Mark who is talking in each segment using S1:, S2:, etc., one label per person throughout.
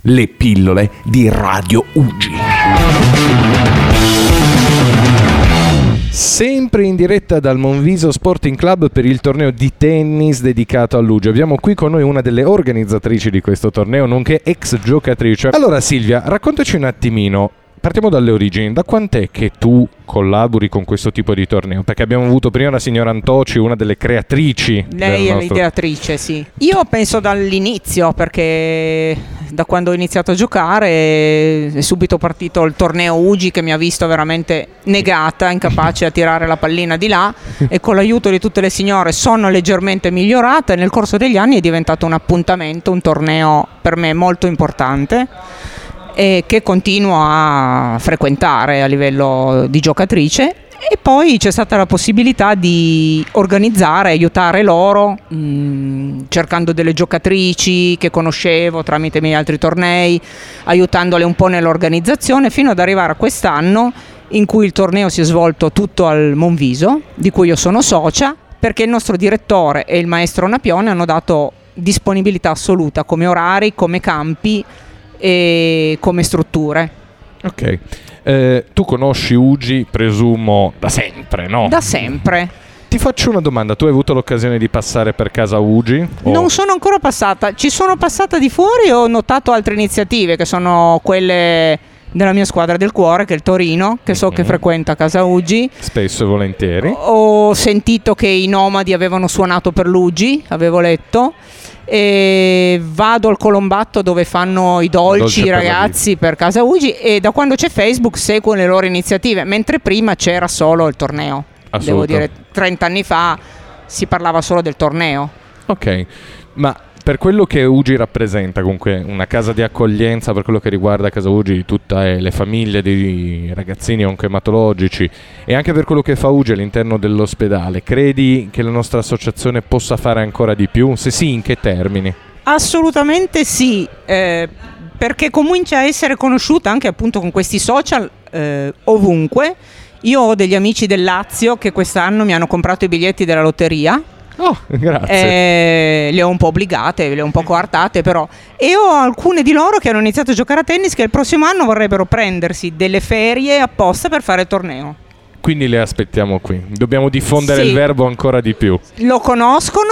S1: le pillole di Radio Ugi. Sempre in diretta dal Monviso Sporting Club per il torneo di tennis dedicato all'Ugi. Abbiamo qui con noi una delle organizzatrici di questo torneo, nonché ex giocatrice. Allora Silvia, raccontaci un attimino, partiamo dalle origini, da quant'è che tu collabori con questo tipo di torneo? Perché abbiamo avuto prima la signora Antoci, una delle creatrici.
S2: Lei è l'ideatrice, sì. Io penso dall'inizio, perché da quando ho iniziato a giocare è subito partito il torneo Ugi, che mi ha visto veramente negata, incapace a tirare la pallina di là, e con l'aiuto di tutte le signore sono leggermente migliorata, e nel corso degli anni è diventato un appuntamento, un torneo per me molto importante e che continuo a frequentare a livello di giocatrice. E poi c'è stata la possibilità di organizzare, aiutare loro, cercando delle giocatrici che conoscevo tramite i miei altri tornei, aiutandole un po' nell'organizzazione, fino ad arrivare a quest'anno in cui il torneo si è svolto tutto al Monviso, di cui io sono socia, perché il nostro direttore e il maestro Napione hanno dato disponibilità assoluta come orari, come campi e come strutture.
S1: Ok. Tu conosci Ugi, presumo, da sempre, no?
S2: Da sempre.
S1: Ti faccio una domanda, tu hai avuto l'occasione di passare per casa Ugi?
S2: Non sono ancora passata, ci sono passata di fuori e ho notato altre iniziative che sono quelle della mia squadra del cuore, che è il Torino, che so che frequenta casa Ugi.
S1: Spesso e volentieri.
S2: Ho sentito che i Nomadi avevano suonato per l'Ugi, avevo letto. E vado al Colombatto dove fanno i dolci i ragazzi per casa Ugi, e da quando c'è Facebook seguo le loro iniziative, mentre prima c'era solo il torneo. Devo dire, 30 anni fa si parlava solo del torneo.
S1: Ok, ma per quello che Ugi rappresenta, comunque una casa di accoglienza per quello che riguarda casa Ugi, tutte le famiglie dei ragazzini oncoematologici, e anche per quello che fa Ugi all'interno dell'ospedale, credi che la nostra associazione possa fare ancora di più? Se sì, in che termini?
S2: Assolutamente sì, perché comincia a essere conosciuta anche appunto con questi social ovunque. Io ho degli amici del Lazio che quest'anno mi hanno comprato i biglietti della lotteria.
S1: Oh, grazie.
S2: Le ho un po' obbligate, le ho un po' coartate però. E ho alcune di loro che hanno iniziato a giocare a tennis, che il prossimo anno vorrebbero prendersi delle ferie apposta per fare il torneo.
S1: Quindi le aspettiamo qui. Dobbiamo diffondere il verbo ancora di più.
S2: Lo conoscono,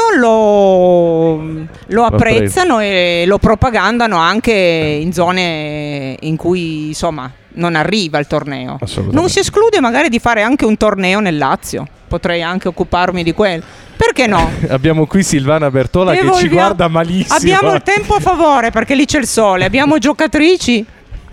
S2: lo apprezzano e lo propagandano anche in zone in cui insomma non arriva il torneo. Non si esclude magari di fare anche un torneo nel Lazio. Potrei anche occuparmi di quello. Perché no?
S1: Abbiamo qui Silvana Bertola che ci guarda malissimo.
S2: Abbiamo il tempo a favore perché lì c'è il sole. Abbiamo giocatrici.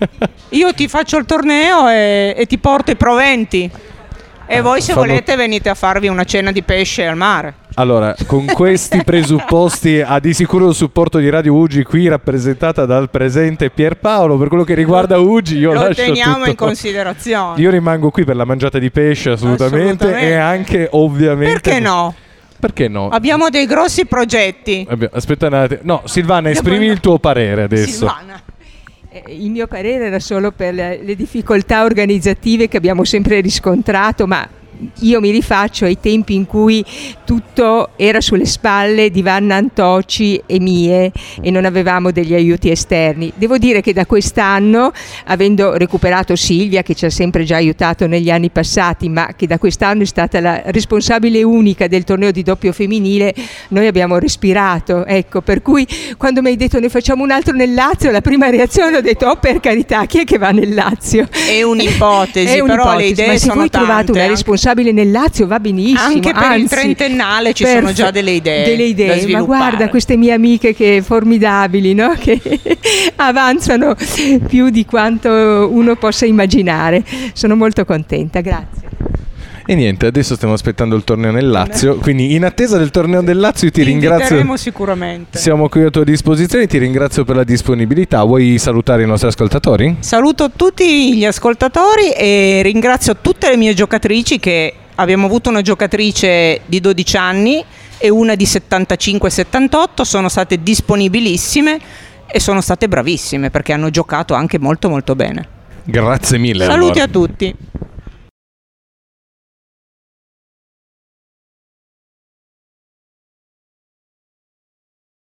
S2: Io ti faccio il torneo e ti porto i proventi. E voi se volete venite a farvi una cena di pesce al mare.
S1: Allora, con questi presupposti ha di sicuro il supporto di Radio Ugi, qui rappresentata dal presente Pierpaolo. Per quello che riguarda Ugi io
S2: lo
S1: lascio
S2: teniamo
S1: tutto.
S2: In considerazione.
S1: Io rimango qui per la mangiata di pesce assolutamente. E anche ovviamente.
S2: Perché no?
S1: Perché no?
S2: Abbiamo dei grossi progetti.
S1: Aspetta un attimo. No, Silvana, esprimi il tuo parere adesso.
S2: Silvana.
S3: Il mio parere era solo per le difficoltà organizzative che abbiamo sempre riscontrato, ma io mi rifaccio ai tempi in cui tutto era sulle spalle di Vanna Antoci e mie e non avevamo degli aiuti esterni. Devo dire che da quest'anno, avendo recuperato Silvia, che ci ha sempre già aiutato negli anni passati, ma che da quest'anno è stata la responsabile unica del torneo di doppio femminile, noi abbiamo respirato. Ecco, per cui quando mi hai detto ne facciamo un altro nel Lazio, la prima reazione ho detto oh, per carità, chi è che va nel Lazio?
S2: È un'ipotesi, però le idee
S3: ma se
S2: sono
S3: voi trovate una responsabile nel Lazio va benissimo,
S2: anche per il trentennale ci sono già delle idee
S3: ma guarda queste mie amiche che formidabili, no? Che avanzano più di quanto uno possa immaginare. Sono molto contenta, grazie.
S1: E niente, adesso stiamo aspettando il torneo nel Lazio, quindi in attesa del torneo del Lazio ti ringrazio.
S2: Sicuramente.
S1: Siamo qui a tua disposizione, ti ringrazio per la disponibilità. Vuoi salutare i nostri ascoltatori?
S2: Saluto tutti gli ascoltatori e ringrazio tutte le mie giocatrici, che abbiamo avuto una giocatrice di 12 anni e una di 75-78, sono state disponibilissime e sono state bravissime perché hanno giocato anche molto molto bene.
S1: Grazie mille.
S2: Saluti a tutti.